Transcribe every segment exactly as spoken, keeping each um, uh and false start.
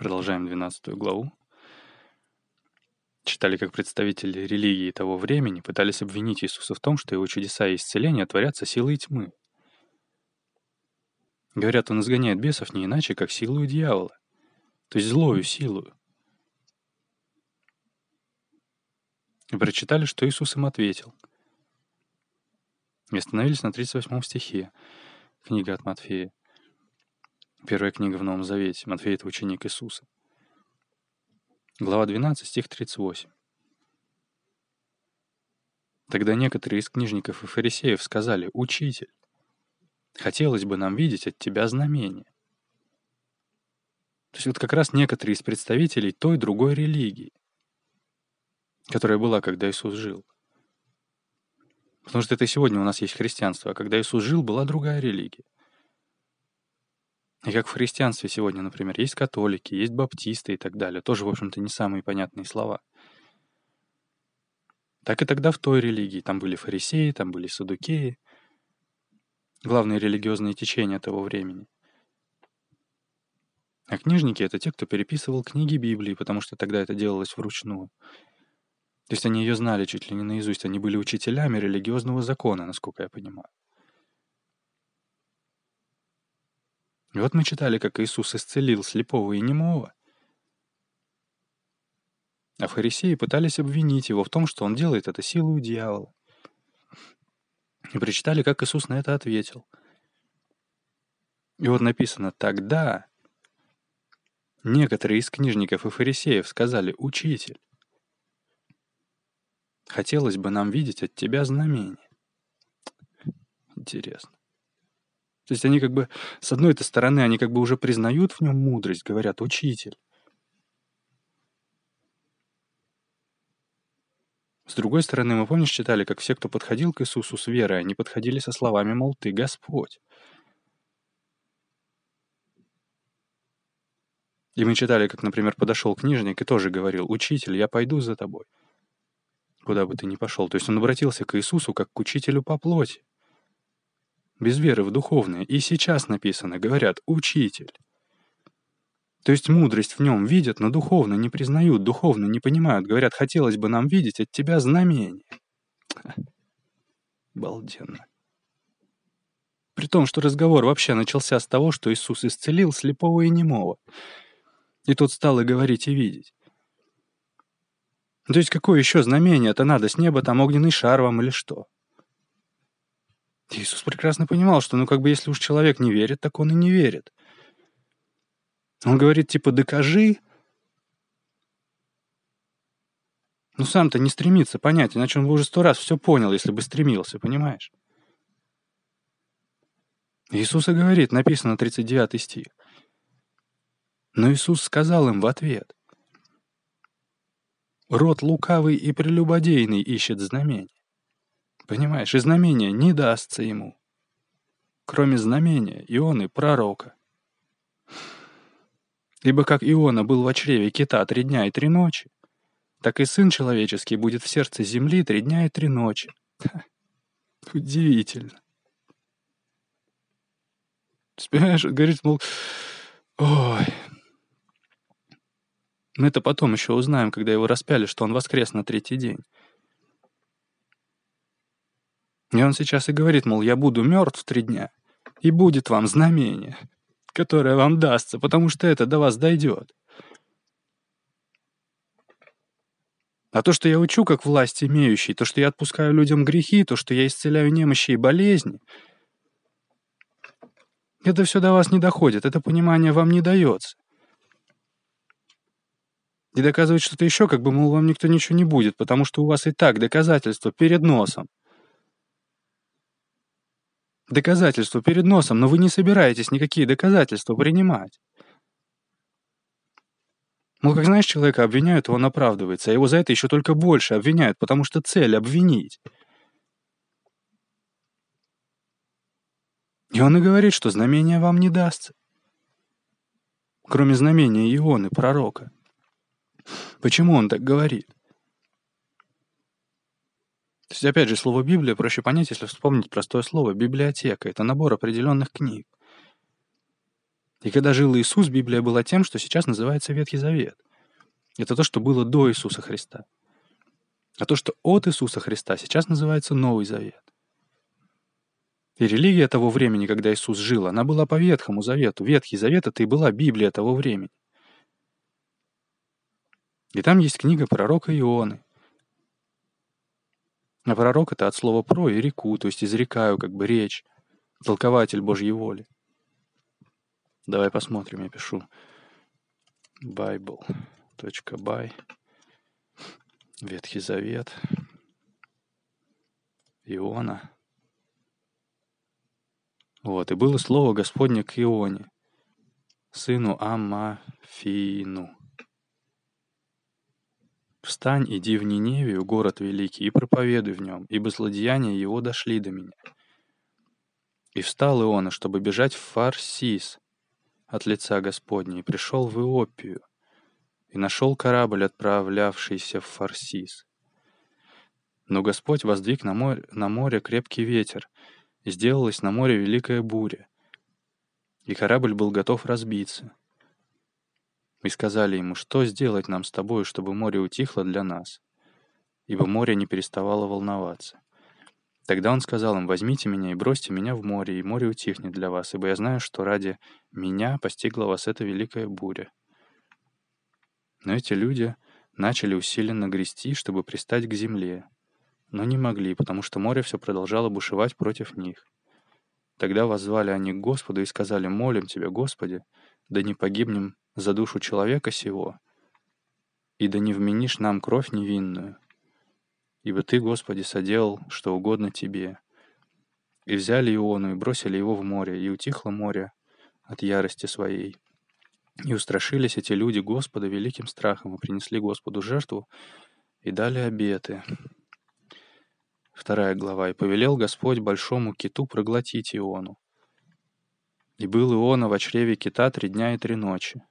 Продолжаем двенадцатую главу. Читали, как представители религии того времени пытались обвинить Иисуса в том, что его чудеса и исцеления творятся силой тьмы. Говорят, он изгоняет бесов не иначе, как силою дьявола, то есть злою силою. И прочитали, что Иисус им ответил. И остановились на тридцать восьмом стихе. Книга от Матфея. Первая книга в Новом Завете. Матфей — это ученик Иисуса. Глава двенадцать, стих тридцать восемь. Тогда некоторые из книжников и фарисеев сказали: «Учитель, хотелось бы нам видеть от тебя знамение». То есть вот как раз некоторые из представителей той другой религии, которая была, когда Иисус жил. Потому что это и сегодня у нас есть христианство, а когда Иисус жил, была другая религия. И как в христианстве сегодня, например, есть католики, есть баптисты и так далее, тоже, в общем-то, не самые понятные слова. Так и тогда в той религии. Там были фарисеи, там были саддукеи, главные религиозные течения того времени. А книжники — это те, кто переписывал книги Библии, потому что тогда это делалось вручную. То есть они ее знали чуть ли не наизусть, они были учителями религиозного закона, насколько я понимаю. И вот мы читали, как Иисус исцелил слепого и немого, а фарисеи пытались обвинить его в том, что он делает это силой дьявола. И прочитали, как Иисус на это ответил. И вот написано: «Тогда некоторые из книжников и фарисеев сказали: Учитель, хотелось бы нам видеть от тебя знамение». Интересно. То есть они как бы, с одной-то стороны, они как бы уже признают в нем мудрость, говорят: «Учитель». С другой стороны, мы, помнишь, читали, как все, кто подходил к Иисусу с верой, они подходили со словами, мол, «Ты Господь». И мы читали, как, например, подошел книжник и тоже говорил: «Учитель, я пойду за тобой, куда бы ты ни пошел». То есть он обратился к Иисусу как к учителю по плоти, без веры в духовное. И сейчас написано, говорят: «Учитель». То есть мудрость в нем видят, но духовно не признают, духовно не понимают. Говорят: «Хотелось бы нам видеть от тебя знамение». Обалденно. При том, что разговор вообще начался с того, что Иисус исцелил слепого и немого. И тот стал и говорить, и видеть. То есть какое еще знамение-то надо? С неба там огненный шар вам или что? Иисус прекрасно понимал, что ну как бы если уж человек не верит, так он и не верит. Он говорит типа: «Докажи». Ну сам-то не стремится понять, иначе он бы уже сто раз все понял, если бы стремился, понимаешь? Иисус и говорит, написано тридцать девятый стих. Но Иисус сказал им в ответ: «Род лукавый и прелюбодейный ищет знамения». Понимаешь, и знамения не дастся ему, кроме знамения Ионы пророка. Ибо как Иона был во чреве кита три дня и три ночи, так и Сын Человеческий будет в сердце земли три дня и три ночи. Ха, удивительно. Понимаешь, говорит, мол, ой. Мы это потом еще узнаем, когда его распяли, что он воскрес на третий день. И он сейчас и говорит, мол, я буду мертв три дня, и будет вам знамение, которое вам дастся, потому что это до вас дойдет. А то, что я учу как власть имеющий, то, что я отпускаю людям грехи, то, что я исцеляю немощи и болезни, это все до вас не доходит, это понимание вам не дается. И доказывать что-то еще, как бы, мол, вам никто ничего не будет, потому что у вас и так доказательства перед носом. Доказательства перед носом, но вы не собираетесь никакие доказательства принимать. Ну, как знаешь, человека обвиняют, он оправдывается, а его за это еще только больше обвиняют, потому что цель — обвинить. И он и говорит, что знамение вам не дастся, кроме знамения Ионы, пророка. Почему он так говорит? То есть, опять же, слово «Библия» проще понять, если вспомнить простое слово. Библиотека — это набор определенных книг. И когда жил Иисус, Библия была тем, что сейчас называется Ветхий Завет. Это то, что было до Иисуса Христа. А то, что от Иисуса Христа, сейчас называется Новый Завет. И религия того времени, когда Иисус жил, она была по Ветхому Завету. Ветхий Завет — это и была Библия того времени. И там есть книга пророка Ионы. А пророк — это от слова «про» и «реку», то есть изрекаю, как бы речь, толкователь Божьей воли. Давай посмотрим, я пишу bible.by, Ветхий Завет, Иона. Вот, и было слово Господне к Ионе, сыну Амафину. «Встань, иди в Ниневию, город великий, и проповедуй в нем, ибо злодеяния его дошли до меня». И встал Иона, чтобы бежать в Фарсис от лица Господня, и пришел в Иопию, и нашел корабль, отправлявшийся в Фарсис. Но Господь воздвиг на море, на море крепкий ветер, и сделалась на море великая буря, и корабль был готов разбиться. И сказали ему: «Что сделать нам с тобою, чтобы море утихло для нас?» Ибо море не переставало волноваться. Тогда он сказал им: «Возьмите меня и бросьте меня в море, и море утихнет для вас, ибо я знаю, что ради меня постигла вас эта великая буря». Но эти люди начали усиленно грести, чтобы пристать к земле, но не могли, потому что море все продолжало бушевать против них. Тогда воззвали они к Господу и сказали: «Молим Тебя, Господи, да не погибнем за душу человека сего, и да не вменишь нам кровь невинную. Ибо Ты, Господи, соделал, что угодно Тебе». И взяли Иону и бросили его в море, и утихло море от ярости своей. И устрашились эти люди Господа великим страхом, и принесли Господу жертву, и дали обеты. Вторая глава. «И повелел Господь большому киту проглотить Иону. И был Иона во чреве кита три дня и три ночи.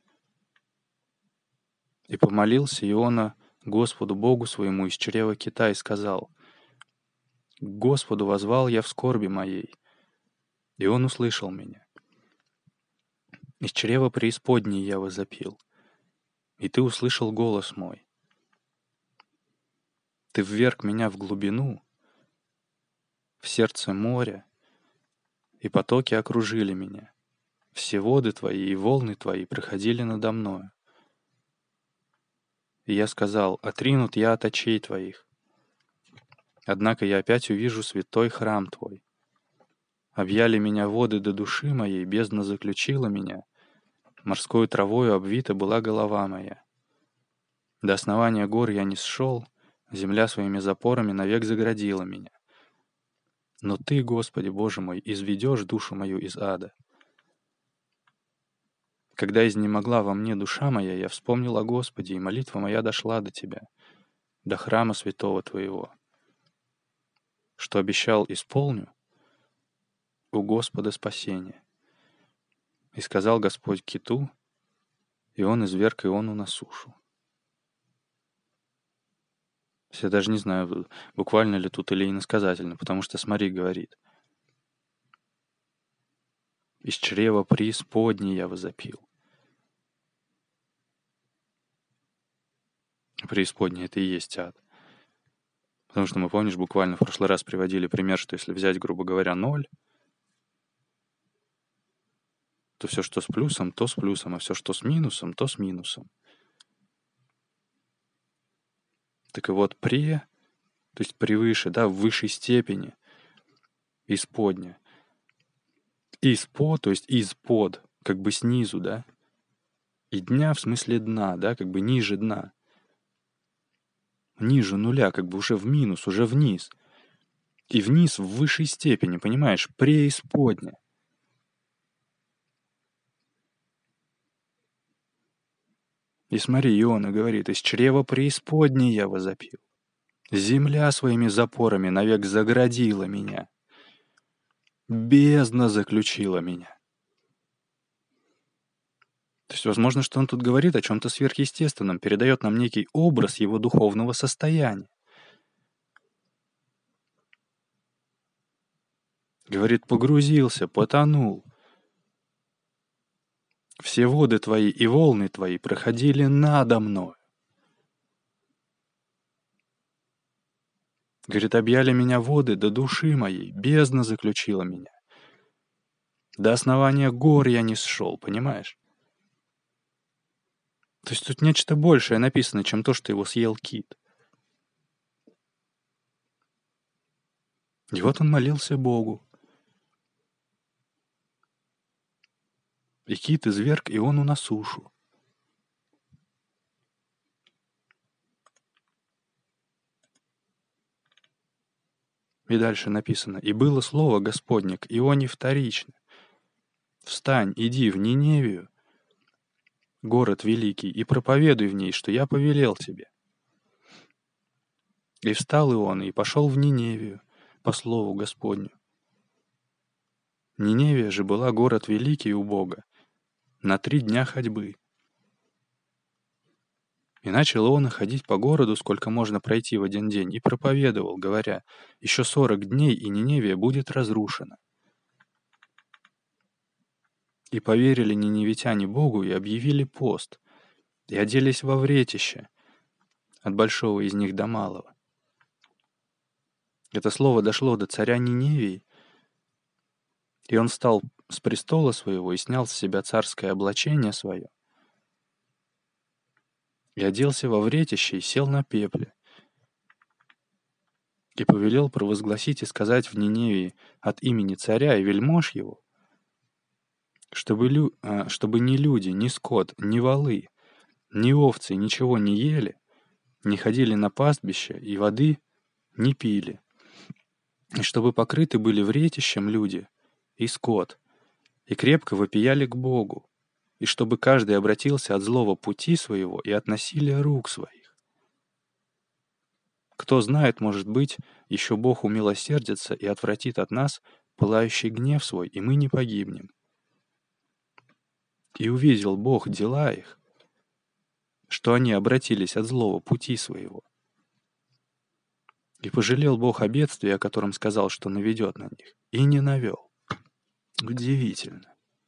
И помолился Иона Господу Богу своему из чрева кита и сказал: к Господу воззвал я в скорби моей, и Он услышал меня. Из чрева преисподней я возопил, и Ты услышал голос мой. Ты вверг меня в глубину, в сердце моря, и потоки окружили меня. Все воды Твои и волны Твои проходили надо мною. И я сказал: отринут я от очей Твоих. Однако я опять увижу святой храм Твой. Объяли меня воды до души моей, бездна заключила меня, морскою травою обвита была голова моя. До основания гор я не сшел, земля своими запорами навек заградила меня. Но Ты, Господи Боже мой, изведешь душу мою из ада. Когда изнемогла во мне душа моя, я вспомнил о Господе, и молитва моя дошла до Тебя, до храма святого Твоего. Что обещал, исполню, у Господа спасение. И сказал Господь киту, и он изверг Иону на сушу». Я даже не знаю, буквально ли тут или иносказательно, потому что смотри, говорит: «Из чрева преисподней я возопил». Преисподняя — это и есть ад. Потому что мы, помнишь, буквально в прошлый раз приводили пример, что если взять, грубо говоря, ноль, то все, что с плюсом, то с плюсом, а все, что с минусом, то с минусом. Так и вот пре, то есть превыше, да, в высшей степени, исподня. Испо, то есть из-под, как бы снизу, да. И дня в смысле дна, да, как бы ниже дна. Ниже нуля, как бы уже в минус, уже вниз. И вниз в высшей степени, понимаешь, преисподня. И смотри, Иона говорит: «Из чрева преисподней я возопил. Земля своими запорами навек заградила меня. Бездна заключила меня». То есть, возможно, что он тут говорит о чем-то сверхъестественном, передает нам некий образ его духовного состояния. Говорит, погрузился, потонул. Все воды твои и волны твои проходили надо мною. Говорит, объяли меня воды до души моей, бездна заключила меня. До основания гор я не сшел, понимаешь? То есть тут нечто большее написано, чем то, что его съел кит. И вот он молился Богу. И кит изверг Иону на сушу. И дальше написано: «И было слово Господне к Ионе вторично. Встань, иди в Ниневию, город великий, и проповедуй в ней, что я повелел тебе». И встал Иона, и пошел в Ниневию, по слову Господню. Ниневия же была город великий у Бога, на три дня ходьбы. И начал Иона ходить по городу, сколько можно пройти в один день, и проповедовал, говоря: «Еще сорок дней, и Ниневия будет разрушена». И поверили ниневитяне Богу, и объявили пост, и оделись во вретище, от большого из них до малого. Это слово дошло до царя Ниневии, и он встал с престола своего и снял с себя царское облачение свое, и оделся во вретище, и сел на пепле, и повелел провозгласить и сказать в Ниневии от имени царя и вельмож его, чтобы, лю... а, чтобы ни люди, ни скот, ни волы, ни овцы ничего не ели, не ходили на пастбище и воды не пили, и чтобы покрыты были вретищем люди и скот, и крепко вопияли к Богу, и чтобы каждый обратился от злого пути своего и от насилия рук своих. Кто знает, может быть, еще Бог умилосердится и отвратит от нас пылающий гнев свой, и мы не погибнем. И увидел Бог дела их, что они обратились от злого пути своего. И пожалел Бог о бедствии, о котором сказал, что наведет на них, и не навел. Удивительно.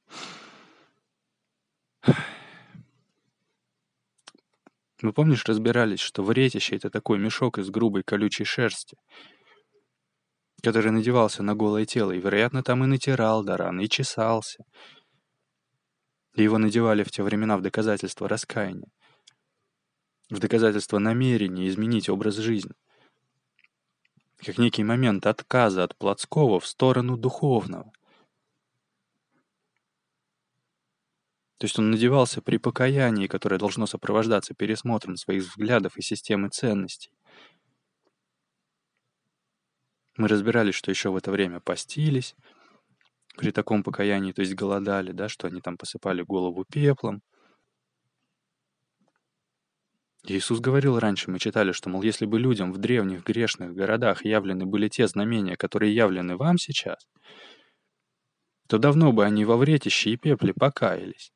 Мы, помнишь, разбирались, что вретище — это такой мешок из грубой колючей шерсти, который надевался на голое тело, и, вероятно, там и натирал до раны, и чесался. И его надевали в те времена в доказательство раскаяния, в доказательство намерения изменить образ жизни, как некий момент отказа от плотского в сторону духовного. То есть он надевался при покаянии, которое должно сопровождаться пересмотром своих взглядов и системы ценностей. Мы разбирались, что еще в это время постились при таком покаянии, то есть голодали, да, что они там посыпали голову пеплом. Иисус говорил раньше, мы читали, что, мол, если бы людям в древних грешных городах явлены были те знамения, которые явлены вам сейчас, то давно бы они во вретище и пепле покаялись.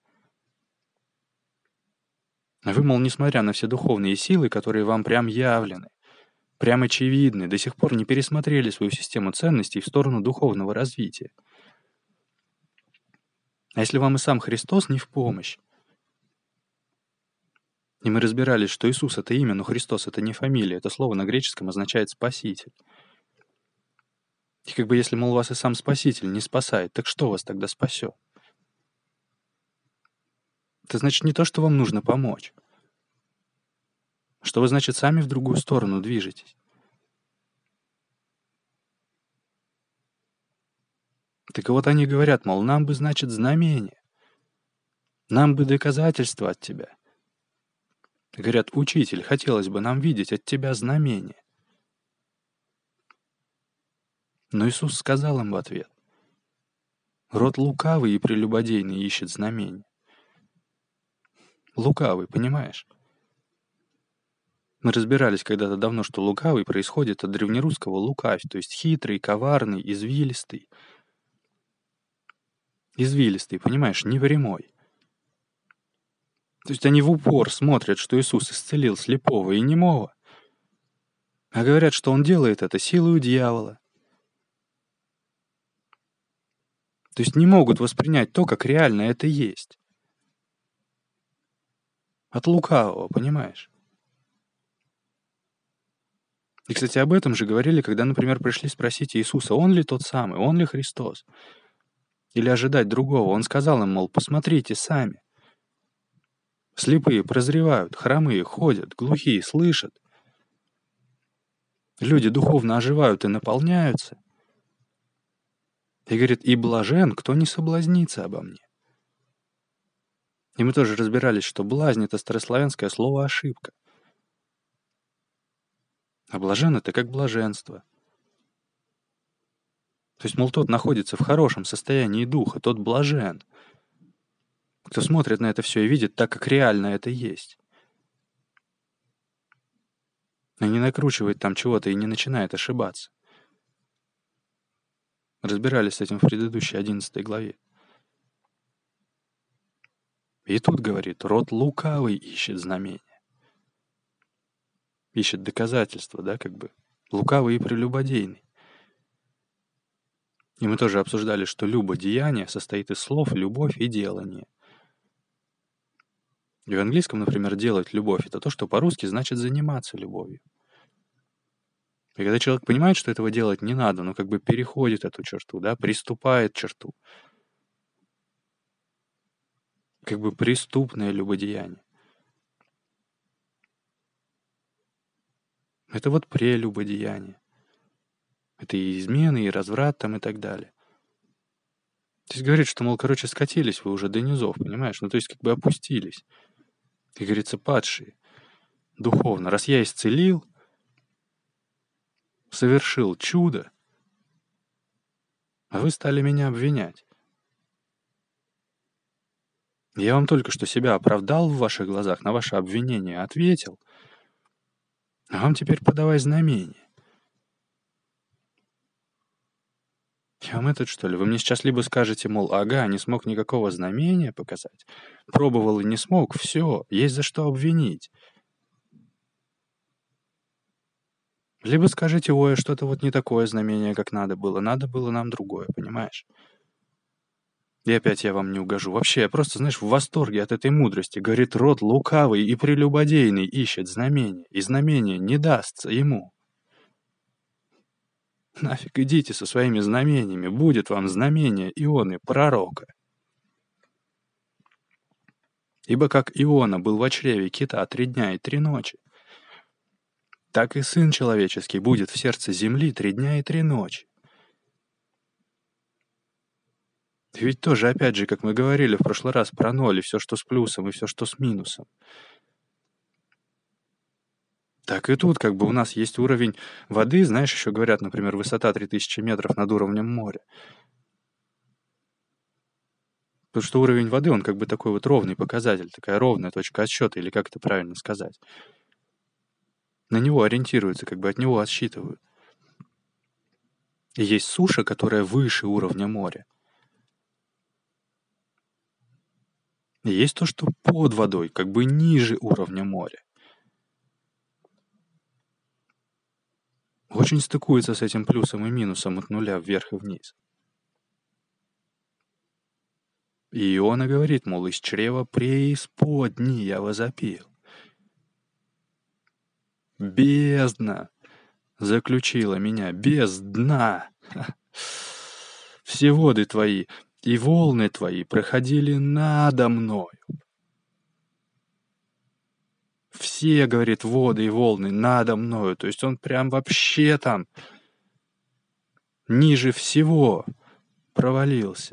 А вы, мол, несмотря на все духовные силы, которые вам прям явлены, прям очевидны, до сих пор не пересмотрели свою систему ценностей в сторону духовного развития. А если вам и сам Христос не в помощь? И мы разбирались, что Иисус — это имя, но Христос — это не фамилия. Это слово на греческом означает «спаситель». И как бы если, мол, вас и сам Спаситель не спасает, так что вас тогда спасет? Это значит не то, что вам нужно помочь. Что вы, значит, сами в другую сторону движетесь. Так вот они говорят, мол, нам бы, значит, знамение. Нам бы доказательства от тебя. Говорят, учитель, хотелось бы нам видеть от тебя знамение. Но Иисус сказал им в ответ: род лукавый и прелюбодейный ищет знамение. Лукавый, понимаешь? Мы разбирались когда-то давно, что лукавый происходит от древнерусского лукавь, то есть хитрый, коварный, извилистый. Извилистый, понимаешь, не прямой. То есть они в упор смотрят, что Иисус исцелил слепого и немого, а говорят, что Он делает это силою дьявола. То есть не могут воспринять то, как реально это есть. От лукавого, понимаешь? И, кстати, об этом же говорили, когда, например, пришли спросить Иисуса, он ли тот самый, он ли Христос? Или ожидать другого. Он сказал им, мол, посмотрите сами. Слепые прозревают, хромые ходят, глухие слышат. Люди духовно оживают и наполняются. И говорит, и блажен, кто не соблазнится обо мне. И мы тоже разбирались, что блазнь — это старославянское слово «ошибка». А блажен — это как блаженство. То есть, мол, тот находится в хорошем состоянии духа, тот блажен. Кто смотрит на это все и видит так, как реально это есть. А не накручивает там чего-то и не начинает ошибаться. Разбирались с этим в предыдущей одиннадцатой главе. И тут, говорит, род лукавый ищет знамения. Ищет доказательства, да, как бы. Лукавый и прелюбодейный. И мы тоже обсуждали, что любодеяние состоит из слов «любовь» и «делание». И в английском, например, «делать любовь» — это то, что по-русски значит «заниматься любовью». И когда человек понимает, что этого делать не надо, но как бы переходит эту черту, да, приступает черту, как бы преступное любодеяние. Это вот прелюбодеяние. Это и измены, и разврат там и так далее. То есть говорит, что, мол, короче, скатились вы уже до низов, понимаешь? Ну, то есть как бы опустились. Как говорится, падшие духовно. Раз я исцелил, совершил чудо, а вы стали меня обвинять. Я вам только что себя оправдал в ваших глазах, на ваше обвинение ответил, а вам теперь подавай знамение. Я вам этот, что ли? Вы мне сейчас либо скажете, мол, ага, не смог никакого знамения показать, пробовал и не смог, все, есть за что обвинить. Либо скажете, ой, что-то вот не такое знамение, как надо было, надо было нам другое, понимаешь? И опять я вам не угожу. Вообще, я просто, знаешь, в восторге от этой мудрости. Говорит, род лукавый и прелюбодейный ищет знамение, и знамение не дастся ему. Нафиг идите со своими знамениями, будет вам знамение Ионы, пророка. Ибо как Иона был во чреве кита три дня и три ночи, так и Сын Человеческий будет в сердце земли три дня и три ночи. И ведь тоже, опять же, как мы говорили в прошлый раз про ноль, и все, что с плюсом, и все, что с минусом. Так и тут как бы у нас есть уровень воды, знаешь, еще говорят, например, высота три тысячи метров над уровнем моря. Потому что уровень воды, он как бы такой вот ровный показатель, такая ровная точка отсчета, или как это правильно сказать. На него ориентируются, как бы от него отсчитывают. И есть суша, которая выше уровня моря. И есть то, что под водой, как бы ниже уровня моря. Очень стыкуется с этим плюсом и минусом от нуля вверх и вниз. И Иона говорит, мол, из чрева преисподней я возопил. Бездна заключила меня, без дна. Все воды твои и волны твои проходили надо мною. Все, говорит, воды и волны надо мною. То есть он прям вообще там ниже всего провалился.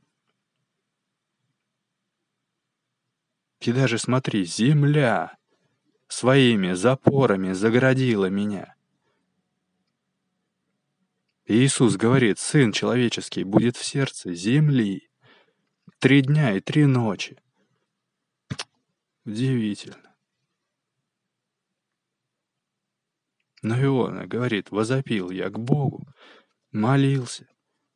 И даже смотри, земля своими запорами заградила меня. И Иисус говорит, Сын Человеческий будет в сердце земли три дня и три ночи. Удивительно. Но Иона говорит, возопил я к Богу, молился.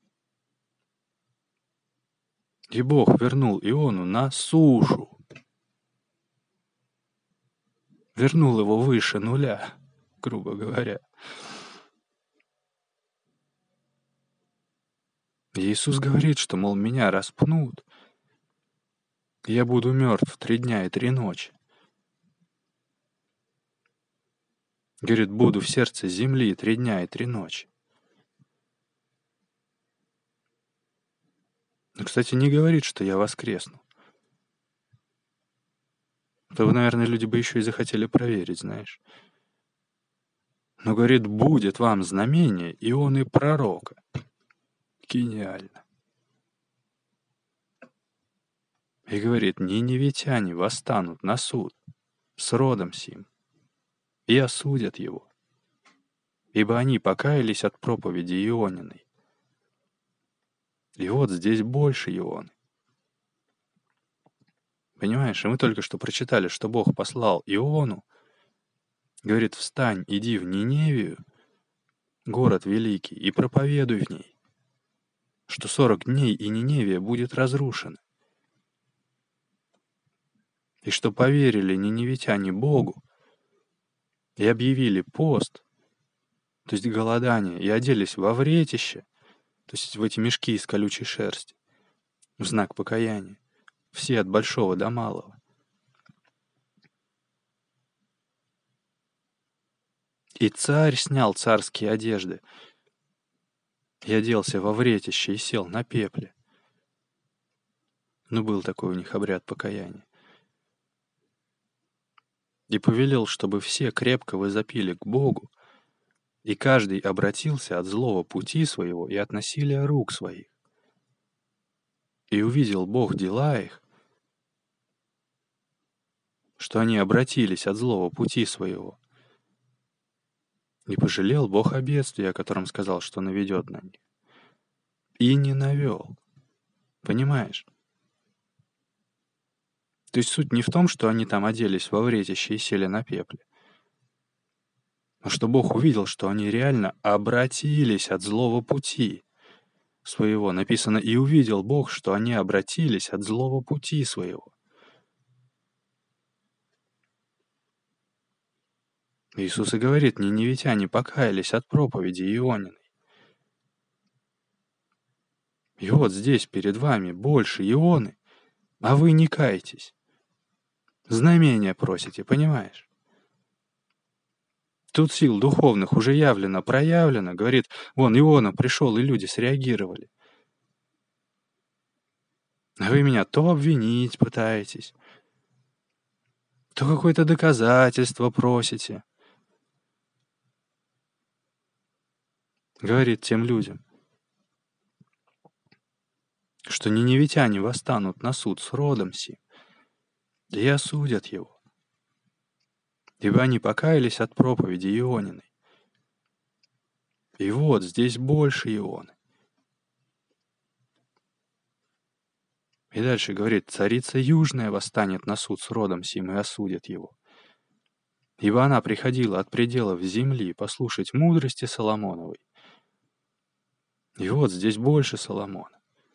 И Бог вернул Иону на сушу. Вернул его выше нуля, грубо говоря. И Иисус говорит, что, мол, меня распнут, и я буду мертв три дня и три ночи. Говорит, буду в сердце земли три дня и три ночи. Но, кстати, не говорит, что я воскресну. То, наверное, люди бы еще и захотели проверить, знаешь. Но, говорит, будет вам знамение, и он и пророка. Гениально. И говорит, ниневитяне восстанут на суд с родом сим и осудят его, ибо они покаялись от проповеди Иониной. И вот здесь больше Ионы. Понимаешь, и мы только что прочитали, что Бог послал Иону, говорит, встань, иди в Ниневию, город великий, и проповедуй в ней, что сорок дней и Ниневия будет разрушена. И что поверили ниневитяне Богу и объявили пост, то есть голодание, и оделись во вретище, то есть в эти мешки из колючей шерсти, в знак покаяния, все от большого до малого. И царь снял царские одежды и оделся во вретище и сел на пепле. Ну, был такой у них обряд покаяния. И повелел, чтобы все крепко возопили к Богу, и каждый обратился от злого пути своего и от насилия рук своих. И увидел Бог дела их, что они обратились от злого пути своего. И пожалел Бог о бедствии, о котором сказал, что наведет на них. И не навел. Понимаешь? То есть суть не в том, что они там оделись во вретище и сели на пепле, а что Бог увидел, что они реально обратились от злого пути своего. Написано, и увидел Бог, что они обратились от злого пути своего. Иисус и говорит, ниневитяне покаялись от проповеди Иониной. И вот здесь перед вами больше Ионы, а вы не каетесь. Знамения просите, понимаешь? Тут сил духовных уже явлено, проявлено. Говорит, вон Иона пришел, и люди среагировали. А вы меня то обвинить пытаетесь, то какое-то доказательство просите. Говорит тем людям, что ниневитяне восстанут на суд с родом сим, и осудят его. Ибо они покаялись от проповеди Иониной. И вот здесь больше Ионы. И дальше говорит, царица южная восстанет на суд с родом сим и осудит его. Ибо она приходила от пределов земли послушать мудрости Соломоновой. И вот здесь больше Соломона.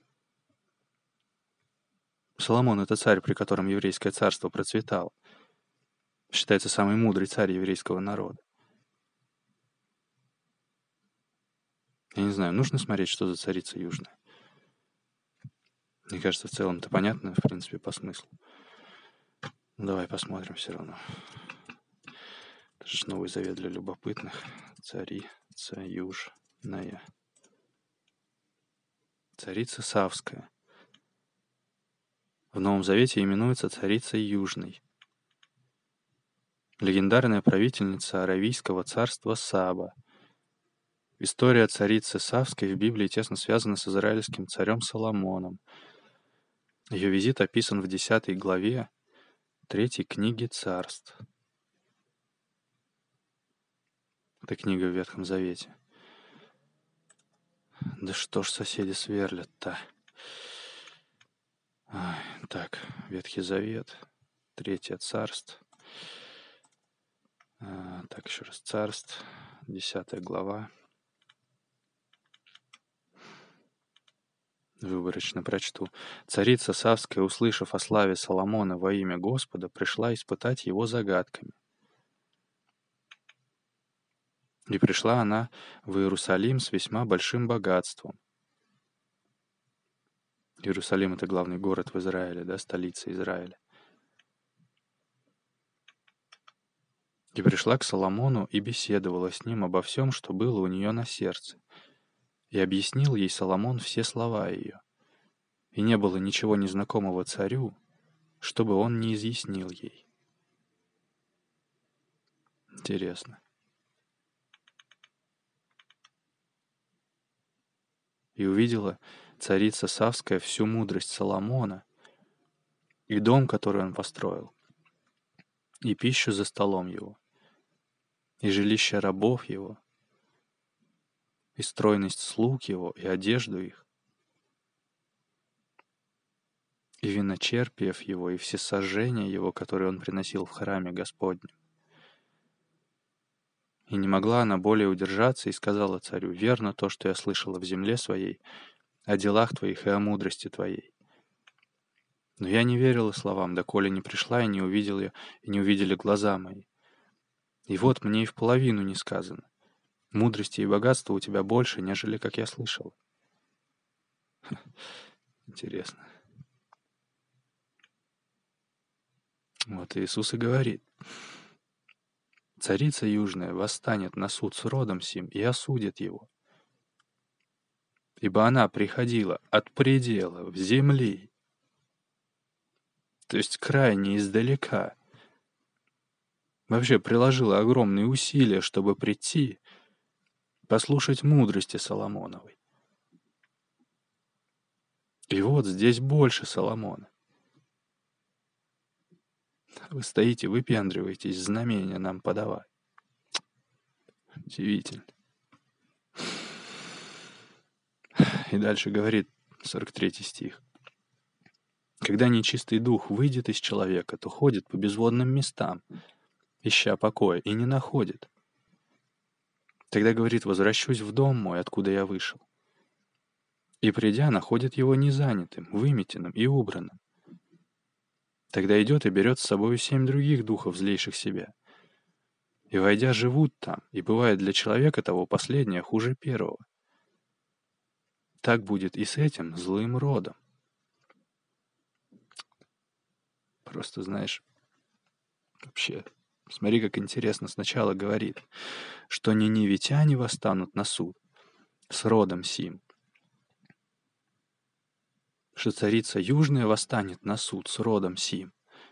Соломон — это царь, при котором еврейское царство процветало. Считается самый мудрый царь еврейского народа. Я не знаю, нужно смотреть, что за царица южная? Мне кажется, в целом это понятно, в принципе, по смыслу. Ну, давай посмотрим все равно. Это же Новый Завет для любопытных. Царица южная. Царица Савская. В Новом Завете именуется царицей Южной. Легендарная правительница Аравийского царства Саба. История царицы Савской в Библии тесно связана с израильским царем Соломоном. Ее визит описан в десятой главе третьей книги Царств. Это книга в Ветхом Завете. Да что ж соседи сверлят-то? Ай, так, Ветхий Завет, Третье Царств. А, так, еще раз, Царств, десятая глава. Выборочно прочту. Царица Савская, услышав о славе Соломона во имя Господа, пришла испытать его загадками. И пришла она в Иерусалим с весьма большим богатством. Иерусалим — это главный город в Израиле, да, столица Израиля. И пришла к Соломону и беседовала с ним обо всем, что было у нее на сердце. И объяснил ей Соломон все слова ее. И не было ничего незнакомого царю, чтобы он не изъяснил ей. Интересно. И увидела царица Савская всю мудрость Соломона, и дом, который он построил, и пищу за столом его, и жилище рабов его, и стройность слуг его, и одежду их, и виночерпиев его, и всесожжения его, которые он приносил в храме Господнем. И не могла она более удержаться, и сказала царю: «Верно то, что я слышала в земле своей, о делах твоих и о мудрости твоей. Но я не верила словам, доколе не пришла и не увидела ее, и не увидели глаза мои. И вот мне и в половину не сказано. Мудрости и богатства у тебя больше, нежели как я слышал». Интересно. Вот Иисус и говорит: «Царица южная восстанет на суд с родом сим и осудит его. Ибо она приходила от пределов земли», то есть крайне издалека, вообще приложила огромные усилия, чтобы прийти, послушать мудрости Соломоновой. И вот здесь больше Соломона. Вы стоите, выпендриваетесь, знамения нам подавать. Удивительно. И дальше говорит сорок третий стих. «Когда нечистый дух выйдет из человека, то ходит по безводным местам, ища покоя, и не находит. Тогда, говорит, возвращусь в дом мой, откуда я вышел. И, придя, находит его незанятым, выметенным и убранным. Тогда идет и берет с собой семь других духов, злейших себя. И, войдя, живут там, и бывает для человека того последнее хуже первого. Так будет и с этим злым родом». Просто, знаешь, вообще, смотри, как интересно сначала говорит, что ниневитяне восстанут на суд с родом сим, что царица южная восстанет на суд с родом сим.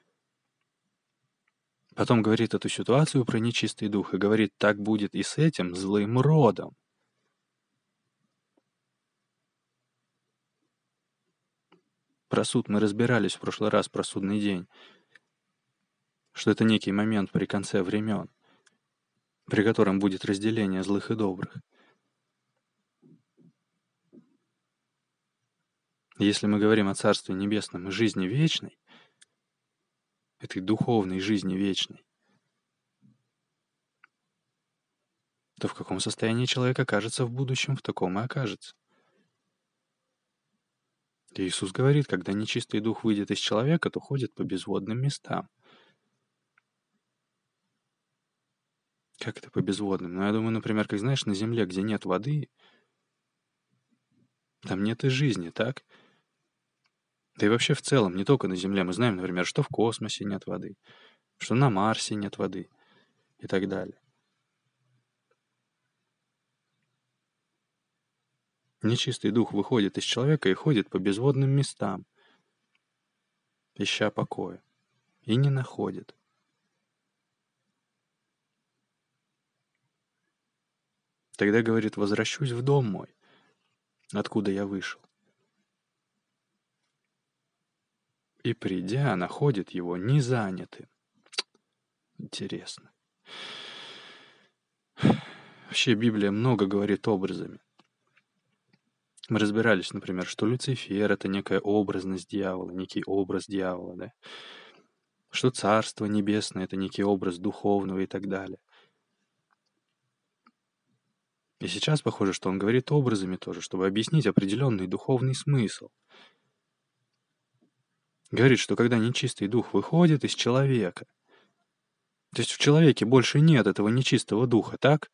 Потом говорит эту ситуацию про нечистый дух и говорит: так будет и с этим злым родом. Про суд мы разбирались в прошлый раз, про судный день, что это некий момент при конце времен, при котором будет разделение злых и добрых. Если мы говорим о Царстве Небесном и жизни вечной, этой духовной жизни вечной, то в каком состоянии человек окажется в будущем, в таком и окажется. И Иисус говорит, когда нечистый дух выйдет из человека, то ходит по безводным местам. Как это по безводным? Ну, я думаю, например, как знаешь, на земле, где нет воды, там нет и жизни, так? Да и вообще в целом, не только на Земле. Мы знаем, например, что в космосе нет воды, что на Марсе нет воды и так далее. Нечистый дух выходит из человека и ходит по безводным местам, ища покоя, и не находит. Тогда, говорит, возвращусь в дом мой, откуда я вышел. И, придя, находит его незанятым. Интересно. Вообще Библия много говорит образами. Мы разбирались, например, что Люцифер — это некая образность дьявола, некий образ дьявола, да? Что Царство Небесное — это некий образ духовного и так далее. И сейчас похоже, что он говорит образами тоже, чтобы объяснить определенный духовный смысл. Говорит, что когда нечистый дух выходит из человека, то есть в человеке больше нет этого нечистого духа, так?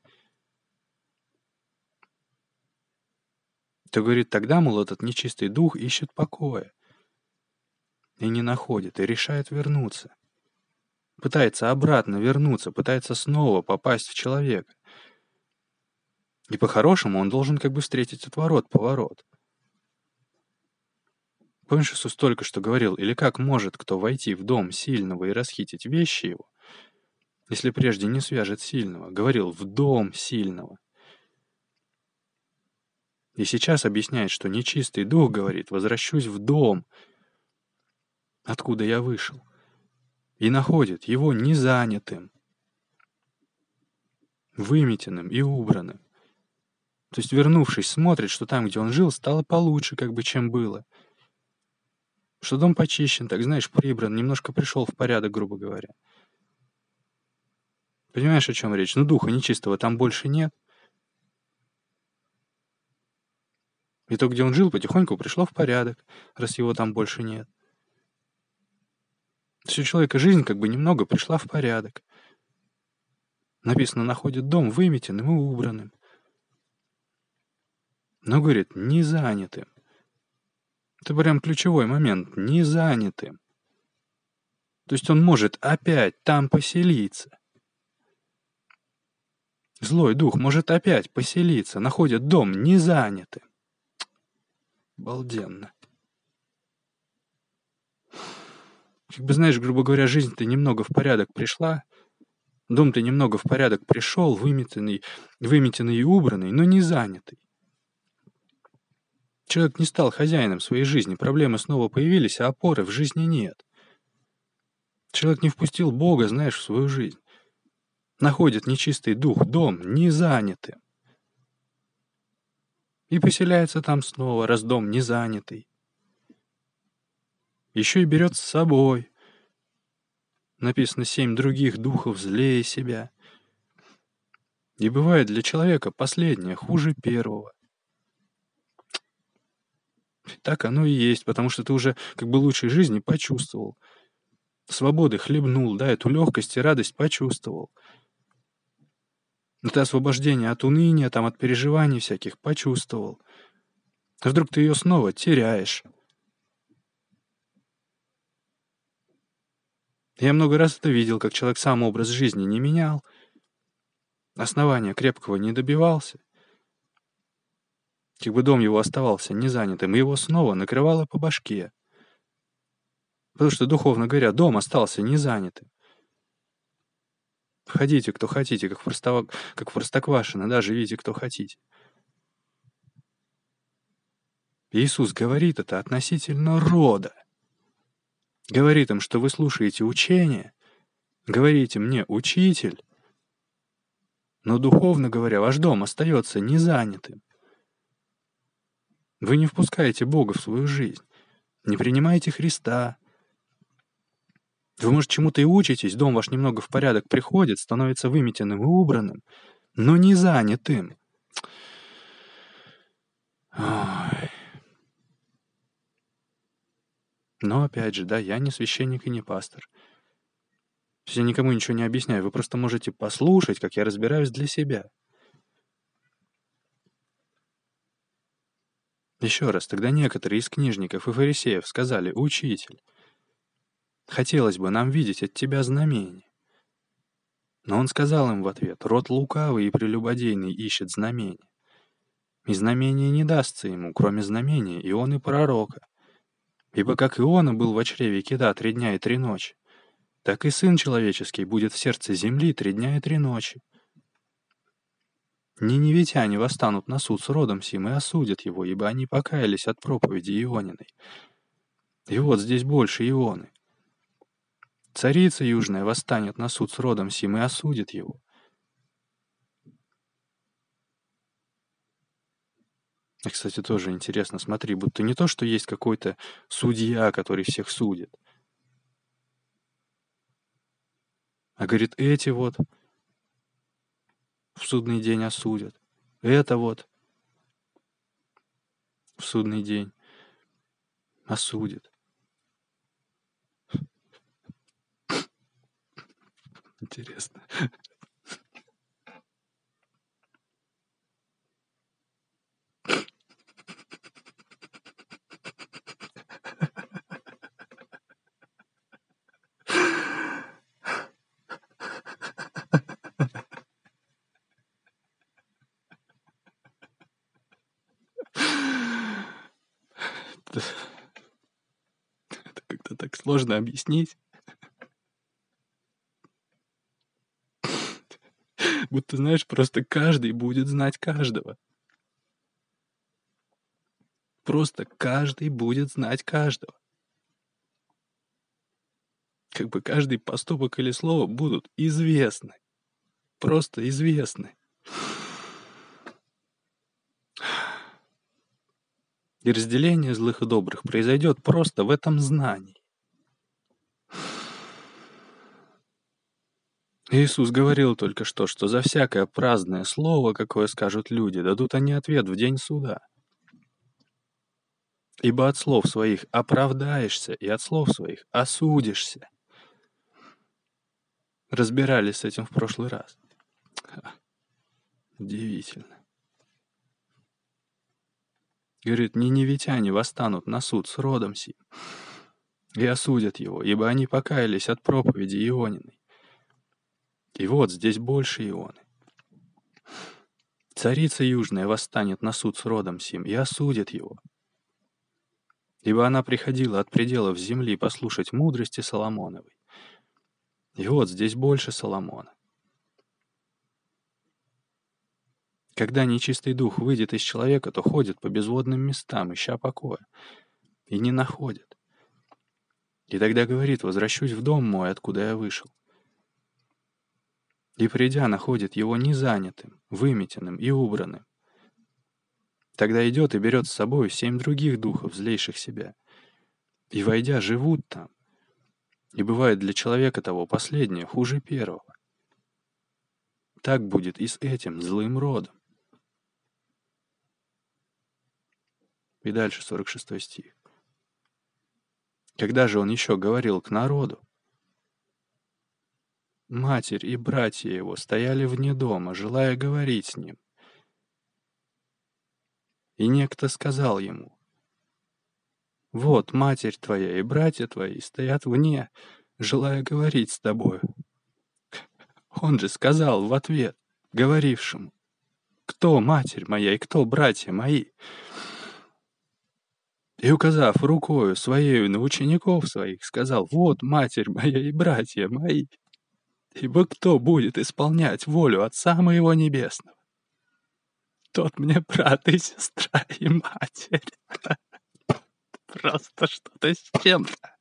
То, говорит, тогда, мол, этот нечистый дух ищет покоя и не находит, и решает вернуться. пытается обратно вернуться, пытается снова попасть в человека. И по-хорошему он должен как бы встретить отворот-поворот. Помнишь, Иисус только что говорил: «Или как может кто войти в дом сильного и расхитить вещи его, если прежде не свяжет сильного?» Говорил: «В дом сильного». И сейчас объясняет, что нечистый дух говорит: «Возвращусь в дом, откуда я вышел», и находит его незанятым, выметенным и убранным. То есть, вернувшись, смотрит, что там, где он жил, стало получше, как бы, чем было. Что дом почищен, так, знаешь, прибран, немножко пришел в порядок, грубо говоря. Понимаешь, о чем речь? Ну, духа нечистого там больше нет. И то, где он жил, потихоньку пришло в порядок, раз его там больше нет. То есть у человека жизнь как бы немного пришла в порядок. Написано, находит дом выметенным и убранным. Но, говорит, не занятым. Это прям ключевой момент. Не занятым. То есть он может опять там поселиться. Злой дух может опять поселиться, находит дом незанятым. Обалденно. Как бы, знаешь, грубо говоря, жизнь-то немного в порядок пришла, дом-то немного в порядок пришел, выметенный, выметенный и убранный, но не занятый. Человек не стал хозяином своей жизни, проблемы снова появились, а опоры в жизни нет. Человек не впустил Бога, знаешь, в свою жизнь. Находит нечистый дух, дом не занятым. И поселяется там снова, раз дом не занятый. Еще и берет с собой. Написано, семь других духов злее себя. И бывает для человека последнее хуже первого. Так оно и есть, потому что ты уже как бы лучшей жизни почувствовал. Свободы хлебнул, да, эту легкость и радость почувствовал. Это освобождение от уныния, там, от переживаний всяких почувствовал. А вдруг ты ее снова теряешь? Я много раз это видел, как человек сам образ жизни не менял, основания крепкого не добивался. Как бы дом его оставался незанятым, и его снова накрывало по башке. Потому что, духовно говоря, дом остался незанятым. Ходите, кто хотите, как в, Простова... как в Простоквашино, да, живите, кто хотите. Иисус говорит это относительно рода. Говорит им, что вы слушаете учение, говорите мне, учитель, но, духовно говоря, ваш дом остается незанятым. Вы не впускаете Бога в свою жизнь, не принимаете Христа. Вы, может, чему-то и учитесь, дом ваш немного в порядок приходит, становится выметенным и убранным, но не занятым. Ой. Но опять же, да, я не священник и не пастор. То есть я никому ничего не объясняю, вы просто можете послушать, как я разбираюсь для себя. Еще раз, тогда некоторые из книжников и фарисеев сказали: «Учитель, хотелось бы нам видеть от тебя знамение». Но он сказал им в ответ: «Род лукавый и прелюбодейный ищет знамения, и знамение не дастся ему, кроме знамения Ионы пророка. Ибо как Иона был во чреве кита три дня и три ночи, так и Сын Человеческий будет в сердце земли три дня и три ночи. Ниневитяне восстанут на суд с родом сим и осудят его, ибо они покаялись от проповеди Иониной. И вот здесь больше Ионы. Царица южная восстанет на суд с родом сим и осудит его». И, кстати, тоже интересно, смотри, будто не то, что есть какой-то судья, который всех судит, а говорит, эти вот в судный день осудят, это вот в судный день осудит. Интересно. сложно объяснить. Будто, знаешь, просто каждый будет знать каждого. Просто каждый будет знать каждого. Как бы каждый поступок или слово будут известны. Просто известны. И разделение злых и добрых произойдет просто в этом знании. Иисус говорил только что, что за всякое праздное слово, какое скажут люди, дадут они ответ в день суда. Ибо от слов своих оправдаешься, и от слов своих осудишься. Разбирались с этим в прошлый раз. Ха, удивительно. Говорит, ниневитяне восстанут на суд с родом сим и осудят его, ибо они покаялись от проповеди Иониной. И вот здесь больше Ионы. Царица Южная восстанет на суд с родом сим и осудит его, ибо она приходила от пределов земли послушать мудрости Соломоновой. И вот здесь больше Соломона. Когда нечистый дух выйдет из человека, то ходит по безводным местам, ища покоя, и не находит. И тогда говорит, возвращусь в дом мой, откуда я вышел. И придя, находит его незанятым, выметенным и убранным. Тогда идет и берет с собой семь других духов, злейших себя. И, войдя, живут там. И бывает для человека того последнее хуже первого. Так будет и с этим злым родом. И дальше сорок шестой стих. Когда же он еще говорил к народу, матерь и братья его стояли вне дома, желая говорить с ним. И некто сказал ему, вот матерь твоя и братья твои стоят вне, желая говорить с тобою. Он же сказал в ответ говорившему, кто матерь моя и кто братья мои? И, указав рукою своею на учеников своих, сказал, вот матерь моя и братья мои. Ибо кто будет исполнять волю Отца моего Небесного? Тот мне брат и сестра и матерь. Просто что-то с чем-то.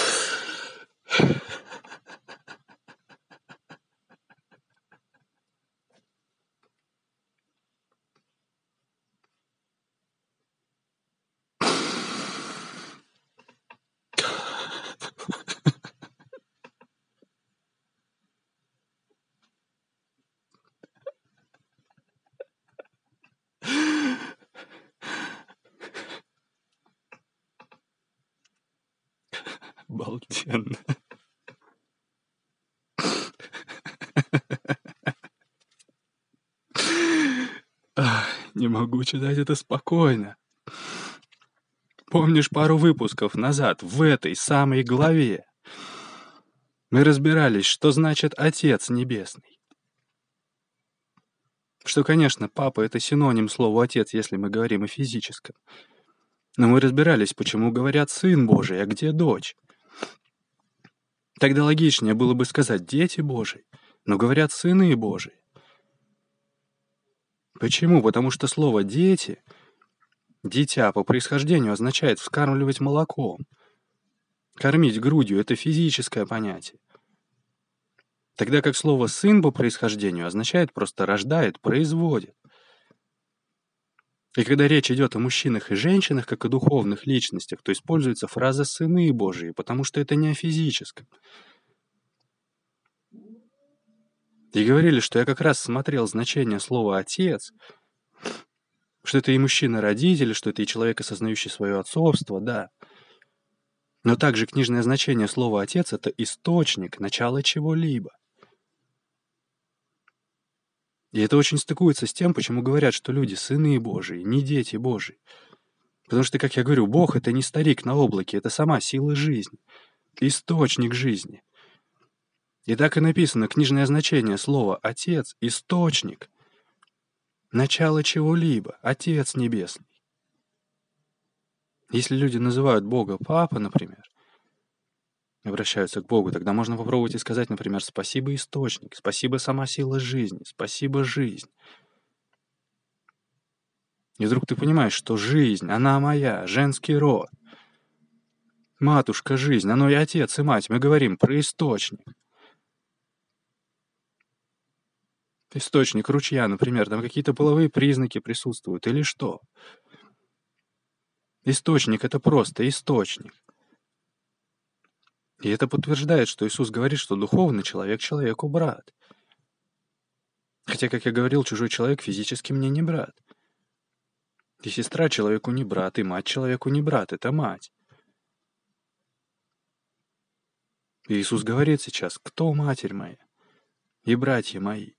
Обалденно. Ах, не могу читать это спокойно. Помнишь, пару выпусков назад в этой самой главе мы разбирались, что значит Отец Небесный? Что, конечно, папа — это синоним слову «отец», если мы говорим о физическом. Но мы разбирались, почему говорят «сын Божий», а где дочь. Тогда логичнее было бы сказать «дети Божии», но говорят «сыны Божии». Почему? Потому что слово «дети», «дитя» по происхождению означает вскармливать молоком. Кормить грудью — это физическое понятие. Тогда как слово «сын» по происхождению означает просто рождает, производит. И когда речь идет о мужчинах и женщинах, как о духовных личностях, то используется фраза «сыны Божии», потому что это не о физическом. И говорили, что я как раз смотрел значение слова «отец», что это и мужчина-родитель, что это и человек, осознающий свое отцовство, да. Но также книжное значение слова «отец» — это источник, начало чего-либо. И это очень стыкуется с тем, почему говорят, что люди — сыны Божии, не дети Божии. Потому что, как я говорю, Бог — это не старик на облаке, это сама сила жизни, источник жизни. И так и написано книжное значение слова «отец» — источник, начало чего-либо, Отец Небесный. Если люди называют Бога Папа, например, обращаются к Богу, тогда можно попробовать и сказать, например, «Спасибо, Источник», «Спасибо, сама сила жизни», «Спасибо, жизнь». И вдруг ты понимаешь, что жизнь, она моя, женский род. Матушка жизнь, оно и отец, и мать. Мы говорим про источник. Источник ручья, например, там какие-то половые признаки присутствуют или что? Источник — это просто источник. И это подтверждает, что Иисус говорит, что духовный человек человеку брат. Хотя, как я говорил, чужой человек физически мне не брат. И сестра человеку не брат, и мать человеку не брат, это мать. И Иисус говорит сейчас: «Кто матерь моя и братья мои?»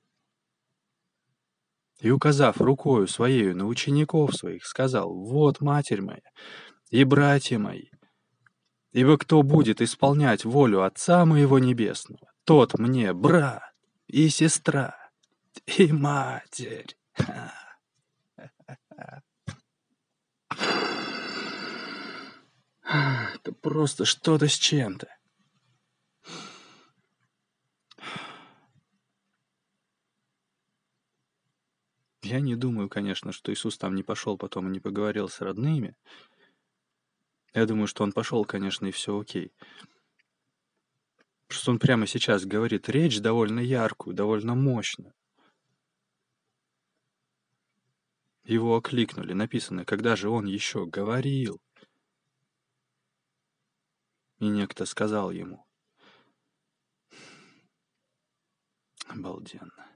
И, указав рукою своею на учеников своих, сказал: «Вот матерь моя и братья мои. Ибо кто будет исполнять волю Отца моего Небесного, тот мне брат и сестра и матерь». Это просто что-то с чем-то. Я не думаю, конечно, что Иисус там не пошел потом и не поговорил с родными. Я думаю, что он пошел, конечно, и все окей. Просто он прямо сейчас говорит речь довольно яркую, довольно мощную. Его окликнули, написано, когда же он еще говорил. И некто сказал ему. Обалденно.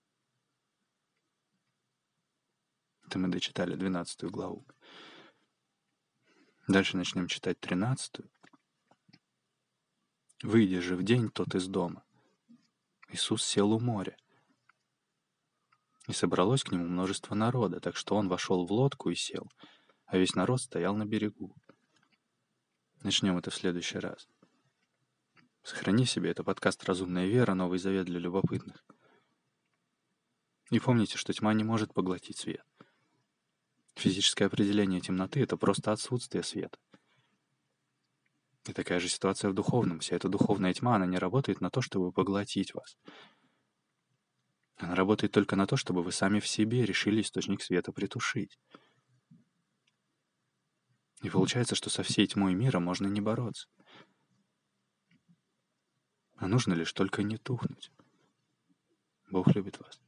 Это мы дочитали двенадцатую главу. Дальше начнем читать тринадцатую. «Выйдя же в день тот из дома, Иисус сел у моря. И собралось к нему множество народа, так что он вошел в лодку и сел, а весь народ стоял на берегу». Начнем это в следующий раз. Сохрани себе, это подкаст «Разумная вера», Новый Завет для любопытных. И помните, что тьма не может поглотить свет. Физическое определение темноты — это просто отсутствие света. И такая же ситуация в духовном. Вся эта духовная тьма, она не работает на то, чтобы поглотить вас. Она работает только на то, чтобы вы сами в себе решили источник света притушить. И получается, что со всей тьмой мира можно не бороться. А нужно лишь только не тухнуть. Бог любит вас.